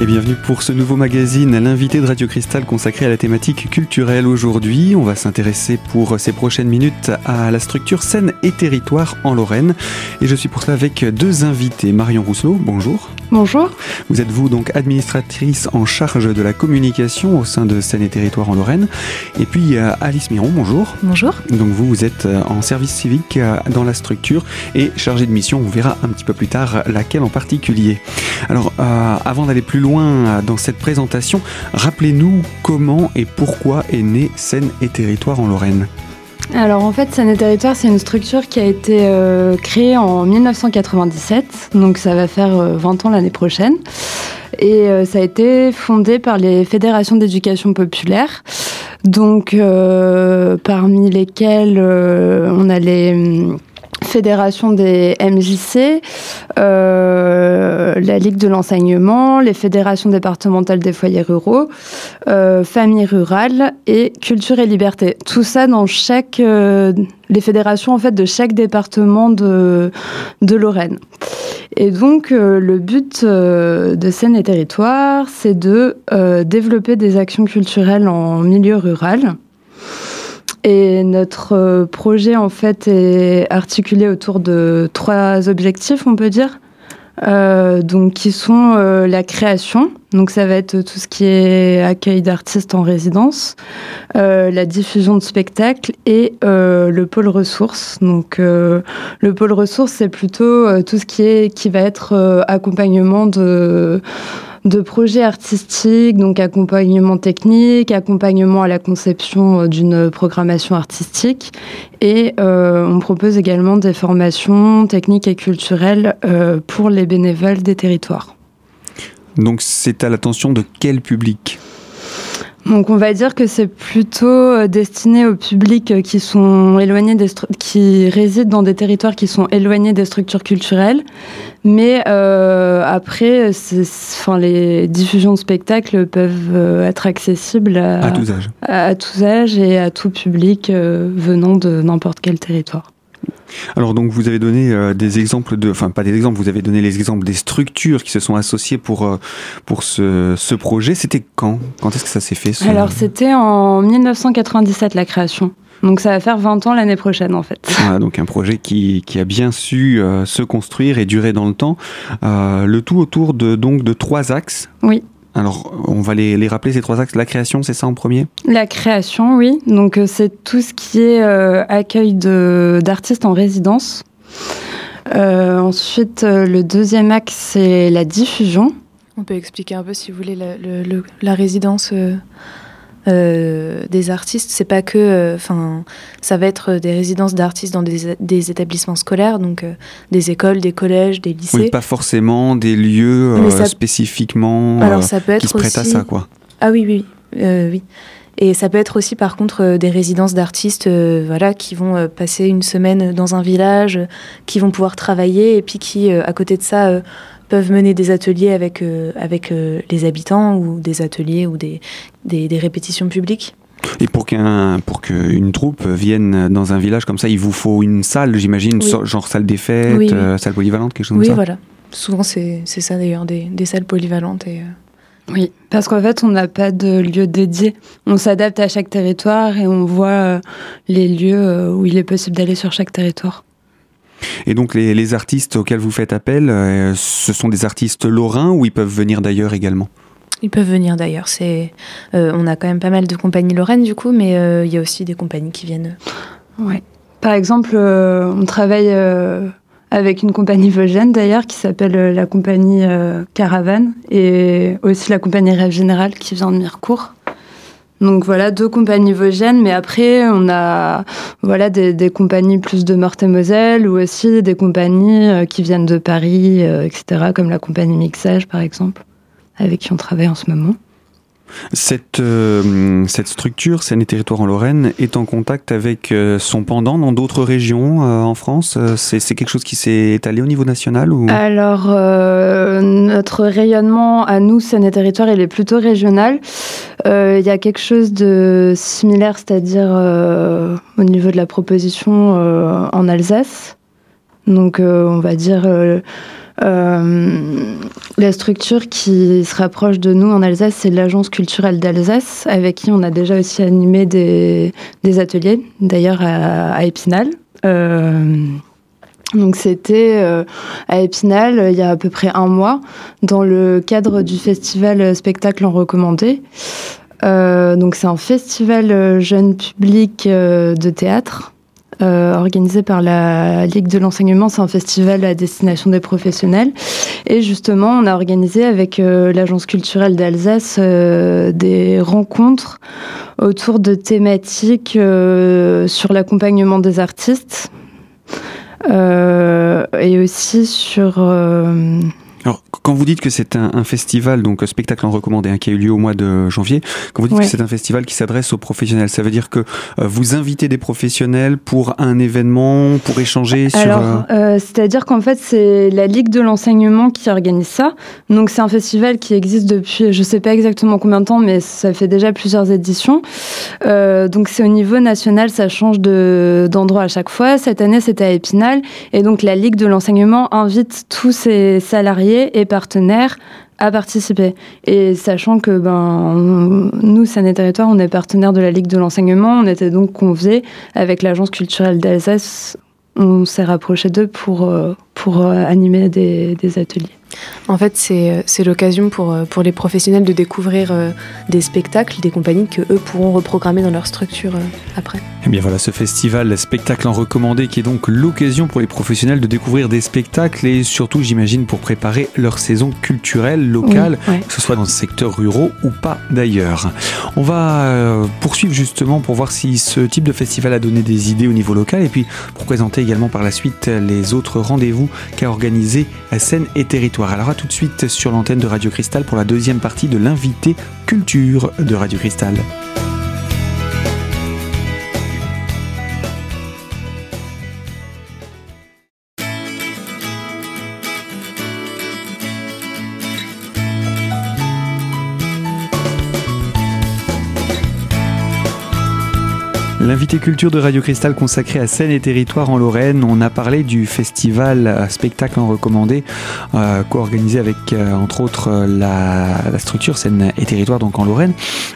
Et bienvenue pour ce nouveau magazine, l'invité de Radio Cristal consacré à la thématique culturelle. Aujourd'hui, on va s'intéresser pour ces prochaines minutes à la structure Scène et Territoire en Lorraine. Et je suis pour cela avec deux invités. Marion Rousselot, bonjour. Bonjour. Vous êtes vous donc administratrice en charge de la communication au sein de Scène et Territoire en Lorraine. Et puis Alice Miron, bonjour. Bonjour. Donc vous êtes en service civique dans la structure et chargée de mission. On verra un petit peu plus tard laquelle en particulier. Alors avant d'aller plus loin dans cette présentation, rappelez-nous comment et pourquoi est née Scène et Territoire en Lorraine. Alors en fait, Scène et Territoire, c'est une structure qui a été créée en 1997, donc ça va faire 20 ans l'année prochaine. Et ça a été fondé par les fédérations d'éducation populaire, donc parmi lesquelles on a les fédérations des MJC, la Ligue de l'enseignement, les fédérations départementales des foyers ruraux, familles rurales et culture et liberté. Tout ça dans les fédérations en fait de chaque département de Lorraine. Et donc le but de Scène et Territoire, c'est de développer des actions culturelles en milieu rural. Et notre projet, en fait, est articulé autour de 3 objectifs, on peut dire, donc qui sont la création, donc ça va être tout ce qui est accueil d'artistes en résidence, la diffusion de spectacles et le pôle ressources. Donc le pôle ressources, c'est plutôt tout ce qui va être accompagnement de projets artistiques, donc accompagnement technique, accompagnement à la conception d'une programmation artistique. Et on propose également des formations techniques et culturelles pour les bénévoles des territoires. Donc c'est à l'attention de quel public ? Donc on va dire que c'est plutôt destiné aux publics qui sont éloignés qui résident dans des territoires qui sont éloignés des structures culturelles. Mais après, les diffusions de spectacles peuvent être accessibles à tous âges et à tout public venant de n'importe quel territoire. Alors donc vous avez donné des exemples vous avez donné les exemples des structures qui se sont associées pour ce projet. C'était quand est-ce que ça s'est fait Alors c'était en 1997 la création. Donc ça va faire 20 ans l'année prochaine en fait. Voilà, donc un projet qui a bien su se construire et durer dans le temps. Le tout autour de 3 axes. Oui. Alors, on va les rappeler, ces 3 axes. La création, c'est ça en premier ? La création, oui. Donc, c'est tout ce qui est accueil d'artistes en résidence. Ensuite, le deuxième axe, c'est la diffusion. On peut expliquer un peu, si vous voulez, la résidence des artistes. C'est pas que... ça va être des résidences d'artistes dans des établissements scolaires, donc des écoles, des collèges, des lycées. Oui, pas forcément des lieux spécifiquement qui se prêtent à ça, quoi. Ah oui. Et ça peut être aussi, par contre, des résidences d'artistes qui vont passer une semaine dans un village, qui vont pouvoir travailler, et puis qui, à côté de ça... peuvent mener des ateliers avec les habitants ou des ateliers ou des répétitions publiques. Et pour qu'une troupe vienne dans un village comme ça, il vous faut une salle, j'imagine, genre salle des fêtes, salle polyvalente, quelque chose comme ça ? Oui, voilà. Souvent, c'est ça d'ailleurs, des salles polyvalentes. Oui, parce qu'en fait, on n'a pas de lieu dédié. On s'adapte à chaque territoire et on voit les lieux où il est possible d'aller sur chaque territoire. Et donc les artistes auxquels vous faites appel, ce sont des artistes lorrains ou ils peuvent venir d'ailleurs également ? Ils peuvent venir d'ailleurs. On a quand même pas mal de compagnies lorraines du coup, mais il y a aussi des compagnies qui viennent. Ouais. Par exemple, on travaille avec une compagnie vosgienne d'ailleurs qui s'appelle la compagnie Caravane et aussi la compagnie Rêve Général qui vient de Mirecourt. Donc voilà, 2 compagnies vosgiennes, mais après on a des compagnies plus de Meurthe-et-Moselle ou aussi des compagnies qui viennent de Paris, etc., comme la compagnie Mixage par exemple, avec qui on travaille en ce moment. Cette structure, Scène et Territoire en Lorraine, est en contact avec son pendant dans d'autres régions en France. C'est quelque chose qui s'est étalé au niveau national ou... Alors, notre rayonnement à nous, Scène et Territoire, il est plutôt régional. Il y a quelque chose de similaire, c'est-à-dire au niveau de la proposition en Alsace. Donc, on va dire La structure qui se rapproche de nous en Alsace, c'est l'Agence culturelle d'Alsace, avec qui on a déjà aussi animé des ateliers, d'ailleurs à Épinal. Donc c'était à Épinal il y a à peu près un mois, dans le cadre du festival Spectacle en recommandé. Donc c'est un festival jeune public de théâtre organisé par la Ligue de l'enseignement. C'est un festival à destination des professionnels. Et justement, on a organisé avec l'Agence culturelle d'Alsace des rencontres autour de thématiques sur l'accompagnement des artistes et aussi sur... Alors, quand vous dites que c'est un festival, donc spectacle en recommandé, qui a eu lieu au mois de janvier, quand vous dites que c'est un festival qui s'adresse aux professionnels, ça veut dire que vous invitez des professionnels pour un événement, pour échanger sur... Alors, c'est-à-dire qu'en fait, c'est la Ligue de l'enseignement qui organise ça. Donc, c'est un festival qui existe depuis, je ne sais pas exactement combien de temps, mais ça fait déjà plusieurs éditions. Donc, c'est au niveau national, ça change d'endroit à chaque fois. Cette année, c'était à Épinal. Et donc, la Ligue de l'enseignement invite tous ses salariés et partenaires à participer. Et sachant que nous, Seine et Territoire, on est partenaire de la Ligue de l'enseignement, on était donc conviés avec l'Agence culturelle d'Alsace. On s'est rapproché d'eux pour animer des ateliers. En fait, c'est l'occasion pour les professionnels de découvrir des spectacles, des compagnies que eux pourront reprogrammer dans leur structure après. Et bien voilà, ce festival Spectacle en recommandé qui est donc l'occasion pour les professionnels de découvrir des spectacles et surtout, j'imagine, pour préparer leur saison culturelle locale, oui, ouais. Que ce soit dans le secteur ruraux ou pas d'ailleurs. On va poursuivre justement pour voir si ce type de festival a donné des idées au niveau local et puis pour présenter également par la suite les autres rendez-vous qu'a organisé Seine et Territoire. Alors à tout de suite sur l'antenne de Radio Cristal pour la deuxième partie de l'invité culture de Radio Cristal. L'invité culture de Radio Cristal consacré à Seine et Territoire en Lorraine. On a parlé du festival Spectacle en recommandé, co-organisé avec, entre autres, la structure Seine et Territoire, donc en Lorraine.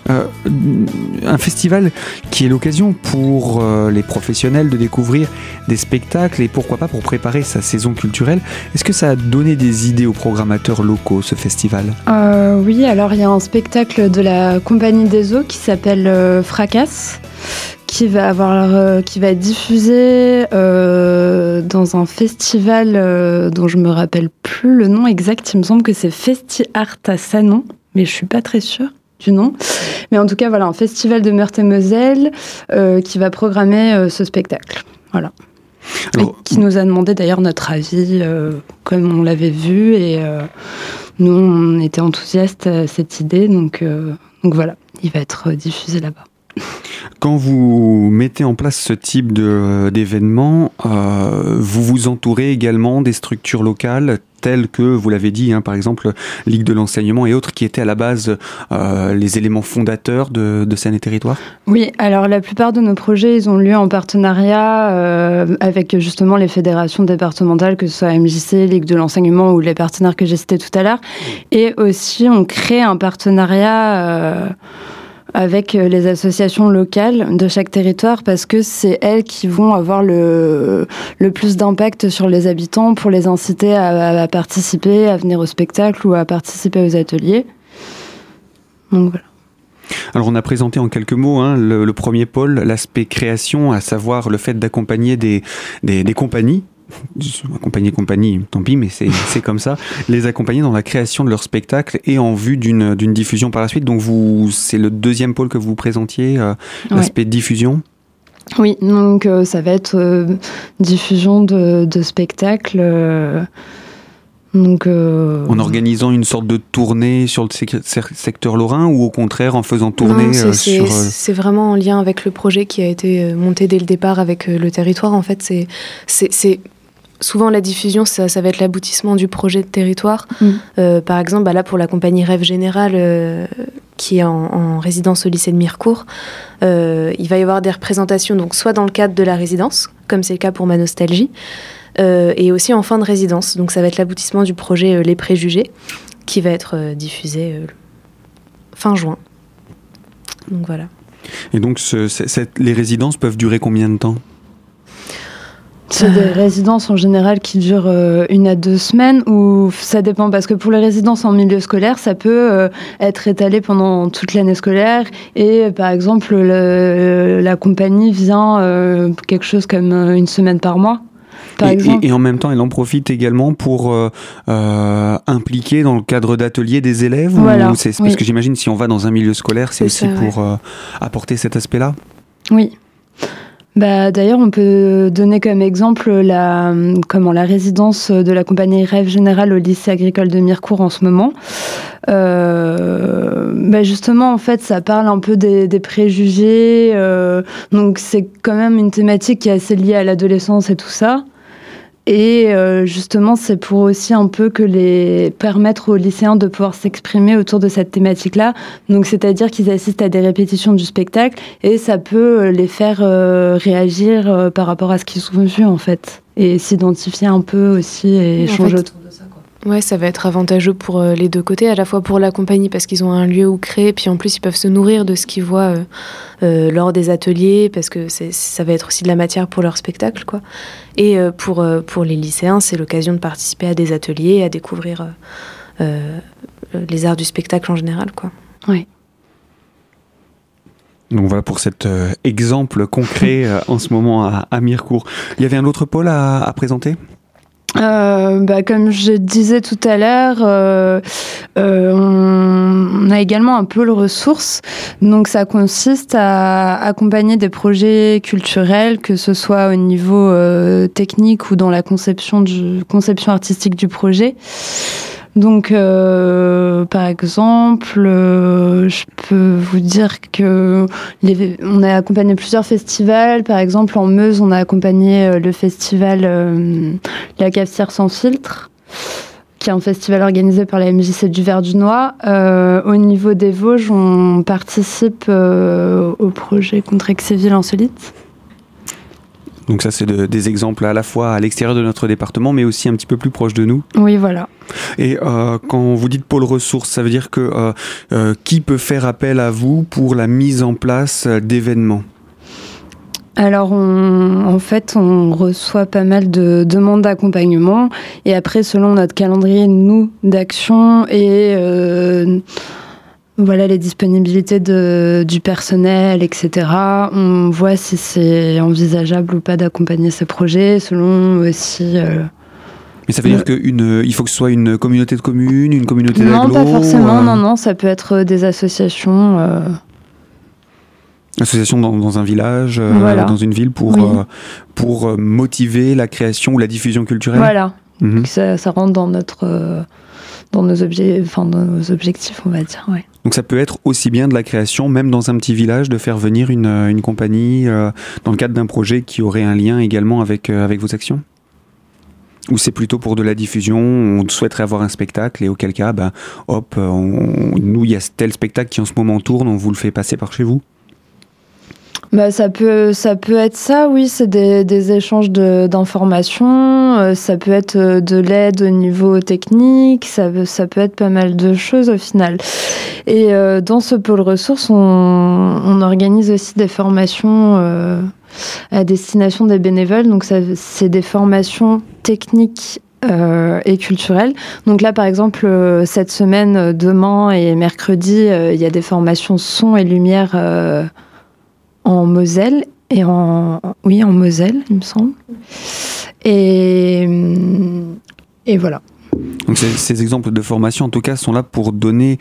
Un festival qui est l'occasion pour les professionnels de découvrir des spectacles et pourquoi pas pour préparer sa saison culturelle. Est-ce que ça a donné des idées aux programmateurs locaux, ce festival ? Oui, alors il y a un spectacle de la Compagnie des Eaux qui s'appelle Fracasse, qui va être diffusé dans un festival dont je me rappelle plus le nom exact. Il me semble que c'est FestiArt à Sanon, mais je suis pas très sûre du nom. Mais en tout cas, voilà, un festival de Meurthe-et-Moselle qui va programmer ce spectacle. Voilà. Alors, et qui nous a demandé d'ailleurs notre avis, comme on l'avait vu, et nous, on était enthousiastes à cette idée, donc voilà, il va être diffusé là-bas. Quand vous mettez en place ce type d'événement, vous vous entourez également des structures locales telles que, vous l'avez dit, par exemple, Ligue de l'enseignement et autres qui étaient à la base les éléments fondateurs de Seine et Territoire ? Oui, alors la plupart de nos projets, ils ont lieu en partenariat avec justement les fédérations départementales, que ce soit MJC, Ligue de l'enseignement ou les partenaires que j'ai cités tout à l'heure. Et aussi, on crée un partenariat avec les associations locales de chaque territoire, parce que c'est elles qui vont avoir le plus d'impact sur les habitants pour les inciter à participer, à venir au spectacle ou à participer aux ateliers. Donc voilà. Alors on a présenté en quelques mots le premier pôle, l'aspect création, à savoir le fait d'accompagner des compagnies. Accompagner compagnie, tant pis, mais c'est comme ça, les accompagner dans la création de leur spectacle et en vue d'une diffusion par la suite. Donc c'est le deuxième pôle que vous présentiez, l'aspect diffusion. Oui, donc ça va être diffusion de spectacles. En organisant une sorte de tournée sur le secteur lorrain ou au contraire en faisant tourner sur... C'est vraiment en lien avec le projet qui a été monté dès le départ avec le territoire. En fait, c'est souvent la diffusion, ça va être l'aboutissement du projet de territoire. Par exemple, là pour la compagnie Rêve Général qui est en résidence au lycée de Mirecourt, il va y avoir des représentations, donc soit dans le cadre de la résidence, comme c'est le cas pour Ma Nostalgie, et aussi en fin de résidence. Donc ça va être l'aboutissement du projet Les Préjugés, qui va être diffusé fin juin. Donc voilà. Et donc les résidences peuvent durer combien de temps ? C'est des résidences en général qui durent 1 à 2 semaines, ou ça dépend, parce que pour les résidences en milieu scolaire, ça peut être étalé pendant toute l'année scolaire, et par exemple la compagnie vient quelque chose comme 1 semaine par mois. Et en même temps, elle en profite également pour impliquer dans le cadre d'ateliers des élèves. Voilà, parce que j'imagine, si on va dans un milieu scolaire, c'est aussi pour apporter cet aspect-là. Oui. D'ailleurs, on peut donner comme exemple la résidence de la compagnie Rêve Général au lycée agricole de Mirecourt en ce moment. Justement, en fait, ça parle un peu des préjugés. Donc, c'est quand même une thématique qui est assez liée à l'adolescence et tout ça. Et justement, c'est pour aussi un peu permettre aux lycéens de pouvoir s'exprimer autour de cette thématique-là. Donc, c'est-à-dire qu'ils assistent à des répétitions du spectacle et ça peut les faire réagir par rapport à ce qu'ils ont vu, en fait. Et s'identifier un peu aussi et échanger autour de ça, quoi. Ouais, ça va être avantageux pour les deux côtés, à la fois pour la compagnie parce qu'ils ont un lieu où créer, puis en plus ils peuvent se nourrir de ce qu'ils voient lors des ateliers, parce que ça va être aussi de la matière pour leur spectacle, quoi. Et pour les lycéens, c'est l'occasion de participer à des ateliers, à découvrir les arts du spectacle en général, quoi. Ouais. Donc voilà pour cet exemple concret en ce moment à Mirecourt. Il y avait un autre pôle à présenter ? Comme je disais tout à l'heure, on a également un pôle ressources. Donc ça consiste à accompagner des projets culturels, que ce soit au niveau technique ou dans la conception artistique du projet. Donc, par exemple, je peux vous dire que on a accompagné plusieurs festivals. Par exemple, en Meuse, on a accompagné le festival La Cafetière sans filtre, qui est un festival organisé par la MJC du Verdunois. Au niveau des Vosges, on participe au projet Contrexéville Insolite. Donc ça, c'est des exemples à la fois à l'extérieur de notre département, mais aussi un petit peu plus proche de nous. Oui, voilà. Et quand vous dites pôle ressources, ça veut dire que qui peut faire appel à vous pour la mise en place d'événements ? Alors, on reçoit pas mal de demandes d'accompagnement, et après, selon notre calendrier, d'action et les disponibilités du personnel, etc. On voit si c'est envisageable ou pas d'accompagner ces projets, selon aussi... Mais ça veut dire qu'il faut que ce soit une communauté de communes, une communauté d'agglos ? Non, pas forcément, non, ça peut être des associations... Association dans un village, dans une ville, pour motiver la création ou la diffusion culturelle ? Voilà, ça rentre dans nos objectifs, on va dire, ouais. Donc ça peut être aussi bien de la création, même dans un petit village, de faire venir une compagnie dans le cadre d'un projet qui aurait un lien également avec vos actions ? Ou c'est plutôt pour de la diffusion, on souhaiterait avoir un spectacle et auquel cas, nous, il y a tel spectacle qui en ce moment tourne, on vous le fait passer par chez vous ? Ça peut être ça, oui, c'est des échanges d'informations, ça peut être de l'aide au niveau technique, ça peut être pas mal de choses au final. Et dans ce pôle ressources, on organise aussi des formations à destination des bénévoles, donc c'est des formations techniques et culturelles. Donc là, par exemple, cette semaine, demain et mercredi, il y a des formations son et lumière en Moselle, en Moselle, il me semble. Et voilà. Donc ces exemples de formation, en tout cas, sont là pour donner,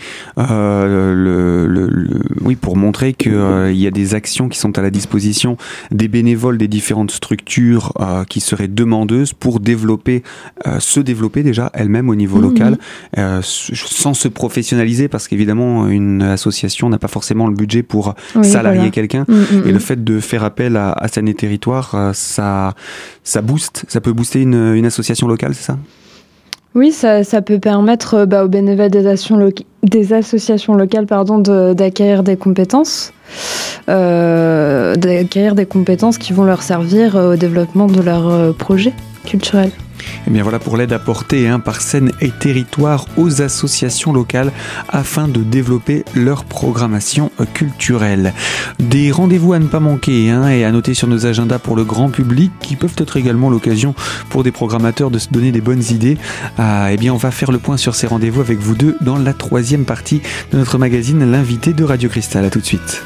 pour montrer qu'il y a des actions qui sont à la disposition des bénévoles des différentes structures qui seraient demandeuses pour se développer déjà elles-mêmes au niveau local, sans se professionnaliser, parce qu'évidemment, une association n'a pas forcément le budget pour salarier quelqu'un. Et le fait de faire appel à Scène et Territoire, ça peut booster une association locale, c'est ça ? Oui, ça peut permettre aux bénévoles des associations locales d'acquérir des compétences. d'acquérir des compétences qui vont leur servir au développement de leur projet culturel. Et bien voilà pour l'aide apportée par Seine et Territoire aux associations locales afin de développer leur programmation culturelle. Des rendez-vous à ne pas manquer et à noter sur nos agendas pour le grand public qui peuvent être également l'occasion pour des programmateurs de se donner des bonnes idées. Eh bien on va faire le point sur ces rendez-vous avec vous deux dans la 3e partie de notre magazine L'invité de Radio Cristal. À tout de suite.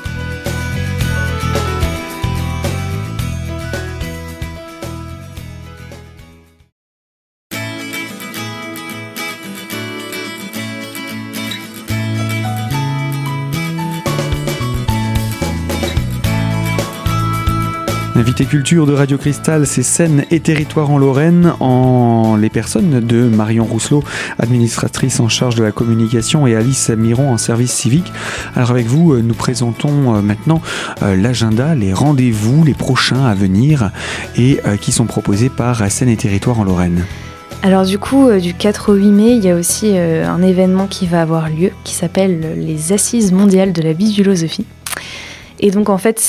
L'invité culture de Radio Cristal, c'est Seine et Territoire en Lorraine, en les personnes de Marion Rousselot, administratrice en charge de la communication, et Alice Miron en service civique. Alors avec vous, nous présentons maintenant l'agenda, les rendez-vous, les prochains à venir et qui sont proposés par Seine et Territoire en Lorraine. Alors du coup, du 4 au 8 mai, il y a aussi un événement qui va avoir lieu qui s'appelle les Assises mondiales de la bidulosophie. Et donc en fait,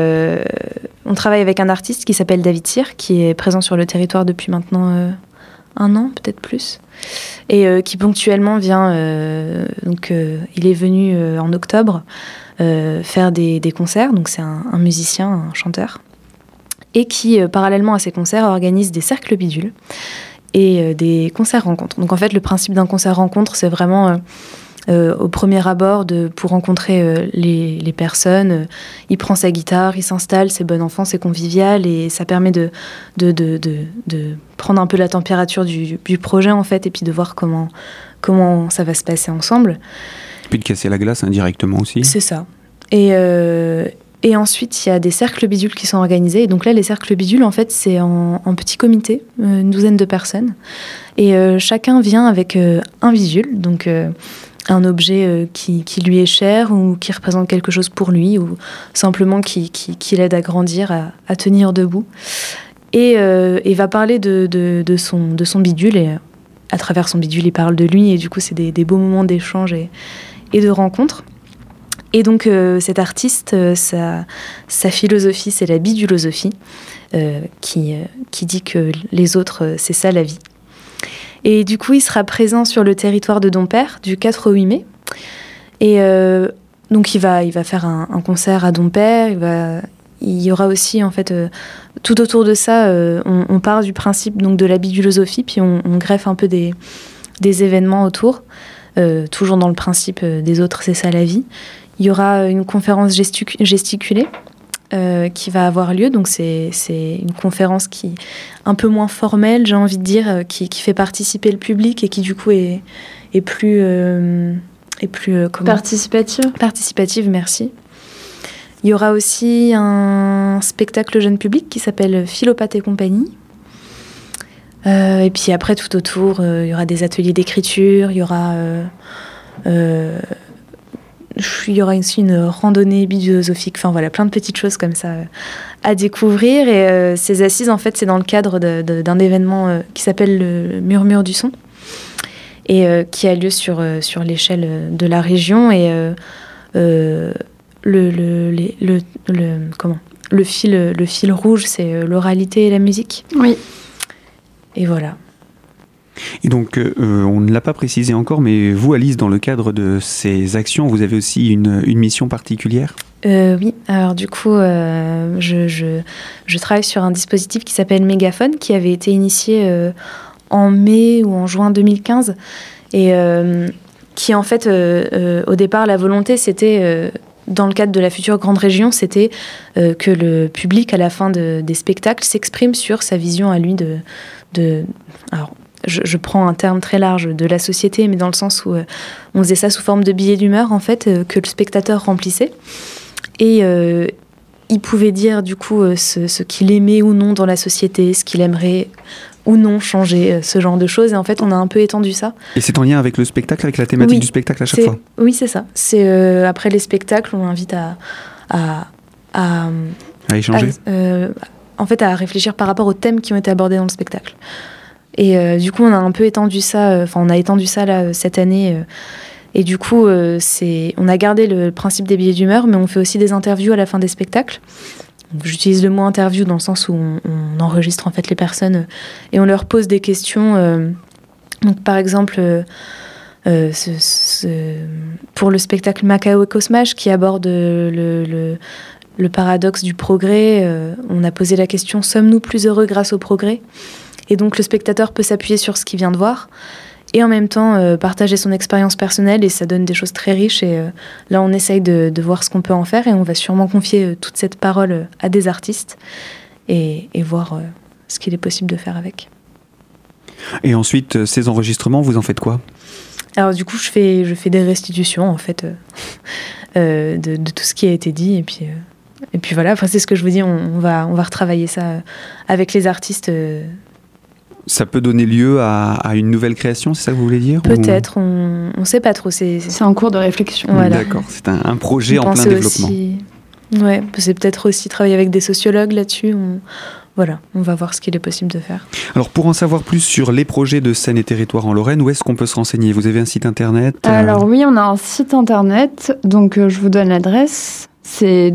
on travaille avec un artiste qui s'appelle David Cyr, qui est présent sur le territoire depuis maintenant 1 an, peut-être plus, et qui ponctuellement vient, il est venu en octobre faire des concerts, donc c'est un musicien, un chanteur, et qui, parallèlement à ses concerts, organise des cercles bidules et des concerts-rencontres. Donc en fait, le principe d'un concert-rencontre, c'est vraiment... au premier abord, pour rencontrer les personnes. Il prend sa guitare, il s'installe, c'est bon enfant, c'est convivial, et ça permet de prendre un peu la température du projet, en fait, et puis de voir comment ça va se passer ensemble. Et puis de casser la glace indirectement aussi. C'est ça. Et ensuite, il y a des cercles bidules qui sont organisés. Et donc là, les cercles bidules, en fait, c'est en petit comité, une douzaine de personnes. Et chacun vient avec un bidule, donc... un objet qui lui est cher ou qui représente quelque chose pour lui ou simplement qui l'aide à grandir, à tenir debout. Et va parler de son bidule, et à travers son bidule, il parle de lui, et du coup, c'est des beaux moments d'échange et de rencontre. Et donc, cet artiste, sa philosophie, c'est la bidulosophie, qui dit que les autres, c'est ça la vie. Et du coup, il sera présent sur le territoire de Dompère du 4 au 8 mai. Et donc, il va faire un concert à Dompère. Il y aura aussi, en fait, tout autour de ça, on part du principe donc, de la bidulosophie, puis on greffe un peu des événements autour, toujours dans le principe des autres, c'est ça la vie. Il y aura une conférence gesticulée. Qui va avoir lieu, donc c'est une conférence qui un peu moins formelle, j'ai envie de dire, qui fait participer le public et qui du coup est plus participative, merci. Il y aura aussi un spectacle jeune public qui s'appelle Philopathe et compagnie. Et puis après tout autour, il y aura des ateliers d'écriture, il y aura aussi une randonnée biduosophique, enfin voilà, plein de petites choses comme ça à découvrir. Et ces assises, en fait, c'est dans le cadre d'un événement qui s'appelle le Murmure du son, et qui a lieu sur l'échelle de la région. Et le fil rouge, c'est l'oralité et la musique. Oui. Et voilà. Et donc, on ne l'a pas précisé encore, mais vous, Alice, dans le cadre de ces actions, vous avez aussi une mission particulière ? Oui, alors du coup, je travaille sur un dispositif qui s'appelle Mégaphone, qui avait été initié en mai ou en juin 2015, et qui, en fait, au départ, la volonté, c'était... dans le cadre de la future grande région, c'était que le public, à la fin des spectacles, s'exprime sur sa vision à lui alors, je prends un terme très large de la société, mais dans le sens où on faisait ça sous forme de billets d'humeur, en fait, que le spectateur remplissait. Et il pouvait dire, du coup, ce qu'il aimait ou non dans la société, ce qu'il aimerait ou non changer, ce genre de choses. Et en fait, on a un peu étendu ça. Et c'est en lien avec le spectacle, avec la thématique du spectacle à chaque fois ? Oui, c'est ça. C'est, après les spectacles, on invite à échanger en fait, à réfléchir par rapport aux thèmes qui ont été abordés dans le spectacle. Et du coup, on a un peu étendu ça, on a étendu ça là, cette année, Et du coup, on a gardé le principe des billets d'humeur, mais on fait aussi des interviews à la fin des spectacles. Donc, j'utilise le mot interview dans le sens où on enregistre en fait les personnes et on leur pose des questions. Donc, par exemple, pour le spectacle Macao et Cosmage qui aborde le paradoxe du progrès, on a posé la question « Sommes-nous plus heureux grâce au progrès ?» Et donc le spectateur peut s'appuyer sur ce qu'il vient de voir et en même temps partager son expérience personnelle, et ça donne des choses très riches. Et là, on essaye de voir ce qu'on peut en faire, et on va sûrement confier toute cette parole à des artistes et voir ce qu'il est possible de faire avec. Et ensuite, ces enregistrements, vous en faites quoi ? Alors du coup, je fais des restitutions en fait de tout ce qui a été dit, et puis voilà. Enfin, c'est ce que je vous dis. On va retravailler ça avec les artistes. Ça peut donner lieu à une nouvelle création, c'est ça que vous voulez dire ? Peut-être, on ne sait pas trop. C'est en cours de réflexion. Voilà. D'accord, c'est un projet en plein développement. Ouais, c'est peut-être aussi travailler avec des sociologues là-dessus. Voilà, on va voir ce qu'il est possible de faire. Alors, pour en savoir plus sur les projets de Scène et Territoire en Lorraine, où est-ce qu'on peut se renseigner ? Vous avez un site internet ? Alors oui, on a un site internet, donc je vous donne l'adresse. C'est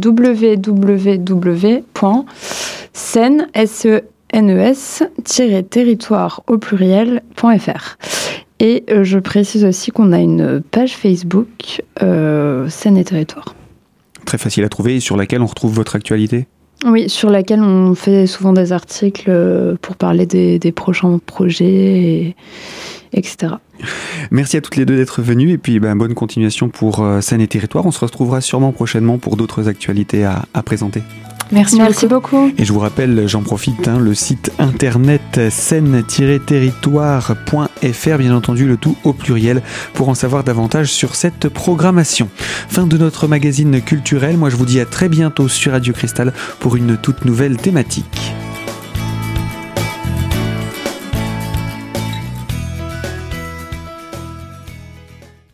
www.senes-territoire au pluriel.fr. Et je précise aussi qu'on a une page Facebook, Scène et Territoire. Très facile à trouver et sur laquelle on retrouve votre actualité ? Oui, sur laquelle on fait souvent des articles pour parler des prochains projets, etc. Merci à toutes les deux d'être venues et puis bonne continuation pour Scène et Territoire. On se retrouvera sûrement prochainement pour d'autres actualités à présenter. Merci beaucoup. Et je vous rappelle, j'en profite, le site internet scène-territoire.fr, bien entendu le tout au pluriel, pour en savoir davantage sur cette programmation. Fin de notre magazine culturel. Moi je vous dis à très bientôt sur Radio Cristal pour une toute nouvelle thématique.